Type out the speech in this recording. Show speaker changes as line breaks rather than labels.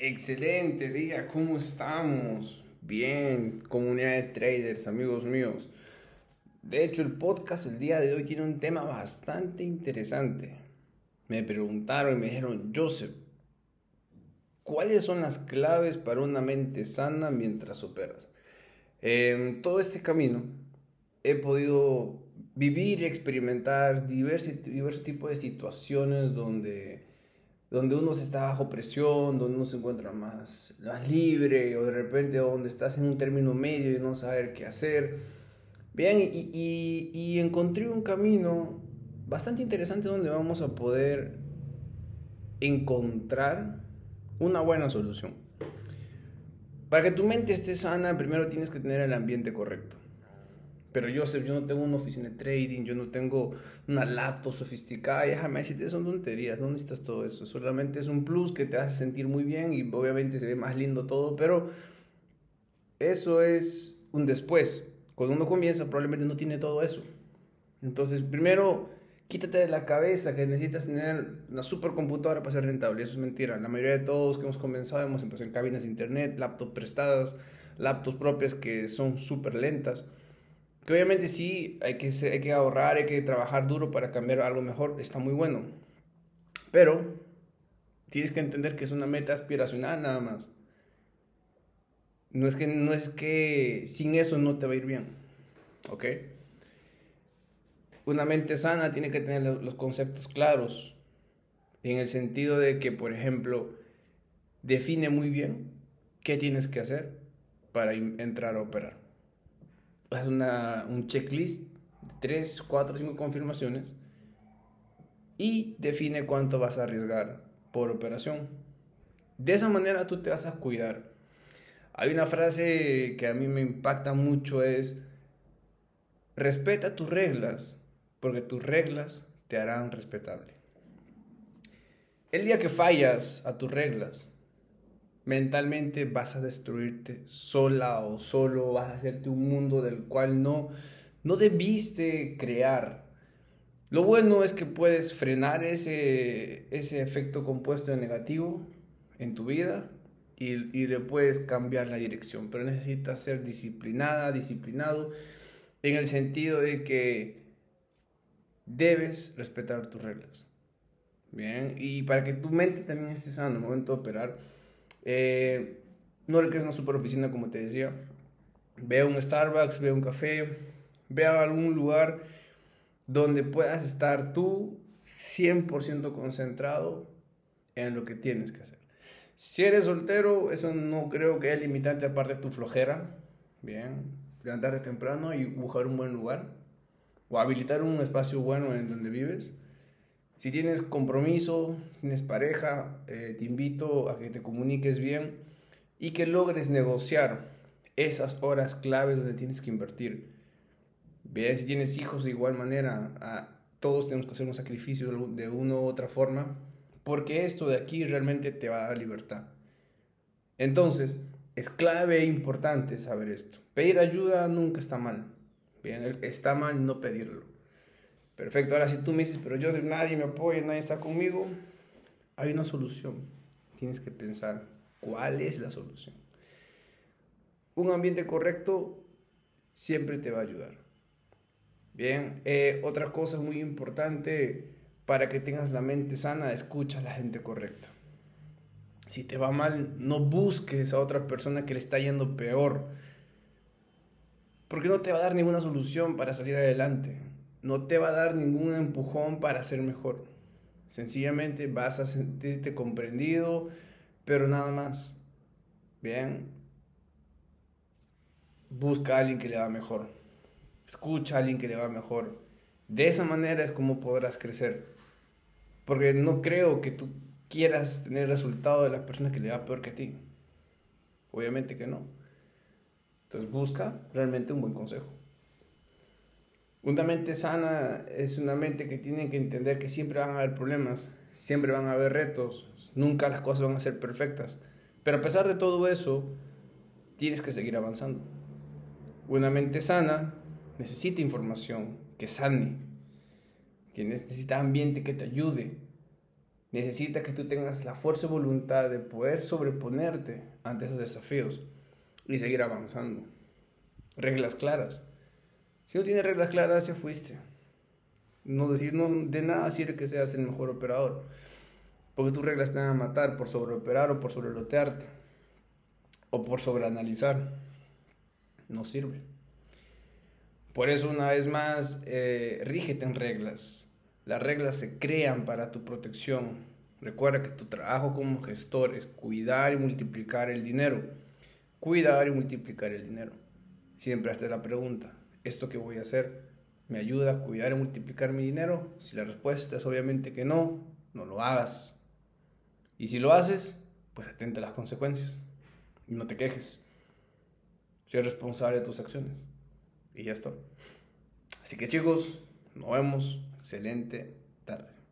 Excelente día, ¿cómo estamos? Bien, comunidad de traders, amigos míos. De hecho, el podcast el día de hoy tiene un tema bastante interesante. Me preguntaron y me dijeron, Joseph, ¿cuáles son las claves para una mente sana mientras operas? En todo este camino he podido vivir y experimentar diversos tipos de situaciones donde uno se está bajo presión, donde uno se encuentra más libre, o de repente donde estás en un término medio y no saber qué hacer. Bien, y encontré un camino bastante interesante donde vamos a poder encontrar una buena solución. Para que tu mente esté sana, primero tienes que tener el ambiente correcto. Pero Joseph, yo no tengo una oficina de trading, yo no tengo una laptop sofisticada, y déjame decirte, son tonterías, no necesitas todo eso, solamente es un plus que te hace sentir muy bien y obviamente se ve más lindo todo, pero eso es un después. Cuando uno comienza probablemente no tiene todo eso. Entonces, primero, quítate de la cabeza que necesitas tener una supercomputadora para ser rentable, eso es mentira. La mayoría de todos que hemos comenzado hemos empezado en cabinas de internet, laptops prestadas, laptops propias que son súper lentas. Que obviamente sí, hay que ahorrar, hay que trabajar duro para cambiar algo mejor, está muy bueno. Pero tienes que entender que es una meta aspiracional nada más. No es que sin eso no te va a ir bien, ¿ok? Una mente sana tiene que tener los conceptos claros, en el sentido de que, por ejemplo, define muy bien qué tienes que hacer para entrar a operar. Haz un checklist de 3 4 5 confirmaciones y define cuánto vas a arriesgar por operación. De esa manera tú te vas a cuidar. Hay una frase que a mí me impacta mucho, es respeta tus reglas, porque tus reglas te harán respetable. El día que fallas a tus reglas, mentalmente vas a destruirte sola o solo, vas a hacerte un mundo del cual no debiste crear. Lo bueno es que puedes frenar ese efecto compuesto de negativo en tu vida y le puedes cambiar la dirección, pero necesitas ser disciplinada, disciplinado, en el sentido de que debes respetar tus reglas. Bien, y para que tu mente también esté sana en el momento de operar, eh, no le crees una super oficina como te decía, ve a un Starbucks, ve a un café, ve a algún lugar donde puedas estar tú 100% concentrado en lo que tienes que hacer. Si eres soltero, eso no creo que es limitante aparte de tu flojera. Bien, levantarte temprano y buscar un buen lugar o habilitar un espacio bueno en donde vives. Si tienes compromiso, tienes pareja, te invito a que te comuniques bien y que logres negociar esas horas claves donde tienes que invertir. Bien, si tienes hijos de igual manera, todos tenemos que hacer un sacrificio de una u otra forma, porque esto de aquí realmente te va a dar libertad. Entonces, es clave e importante saber esto. Pedir ayuda nunca está mal. Bien, está mal no pedirlo. Perfecto, ahora si tú me dices, pero yo nadie me apoya, nadie está conmigo, hay una solución. Tienes que pensar cuál es la solución. Un ambiente correcto siempre te va a ayudar. Bien, otra cosa muy importante para que tengas la mente sana, escucha a la gente correcta. Si te va mal, no busques a otra persona que le está yendo peor, porque no te va a dar ninguna solución para salir adelante, no te va a dar ningún empujón para ser mejor. Sencillamente vas a sentirte comprendido, pero nada más. Bien, busca a alguien que le va mejor, escucha a alguien que le va mejor. De esa manera es como podrás crecer. Porque no creo que tú quieras tener el resultado de la persona que le va peor que a ti. Obviamente que no. Entonces busca realmente un buen consejo. Una mente sana es una mente que tiene que entender que siempre van a haber problemas, siempre van a haber retos, nunca las cosas van a ser perfectas. Pero a pesar de todo eso, tienes que seguir avanzando. Una mente sana necesita información que sane, que necesita ambiente que te ayude. necesita que tú tengas la fuerza y voluntad de poder sobreponerte ante esos desafíos y seguir avanzando. Reglas claras. Si no tienes reglas claras, ya fuiste. No de nada sirve que seas el mejor operador, porque tus reglas te van a matar por sobreoperar o por sobrelotearte o por sobreanalizar. No sirve. Por eso, una vez más, rígete en reglas. Las reglas se crean para tu protección. Recuerda que tu trabajo como gestor es cuidar y multiplicar el dinero. Cuidar y multiplicar el dinero. Siempre hazte la pregunta, ¿esto que voy a hacer me ayuda a cuidar y multiplicar mi dinero? Si la respuesta es obviamente que no, no lo hagas. Y si lo haces, pues atenta a las consecuencias. Y no te quejes. Sé responsable de tus acciones. Y ya está. Así que chicos, nos vemos. Excelente tarde.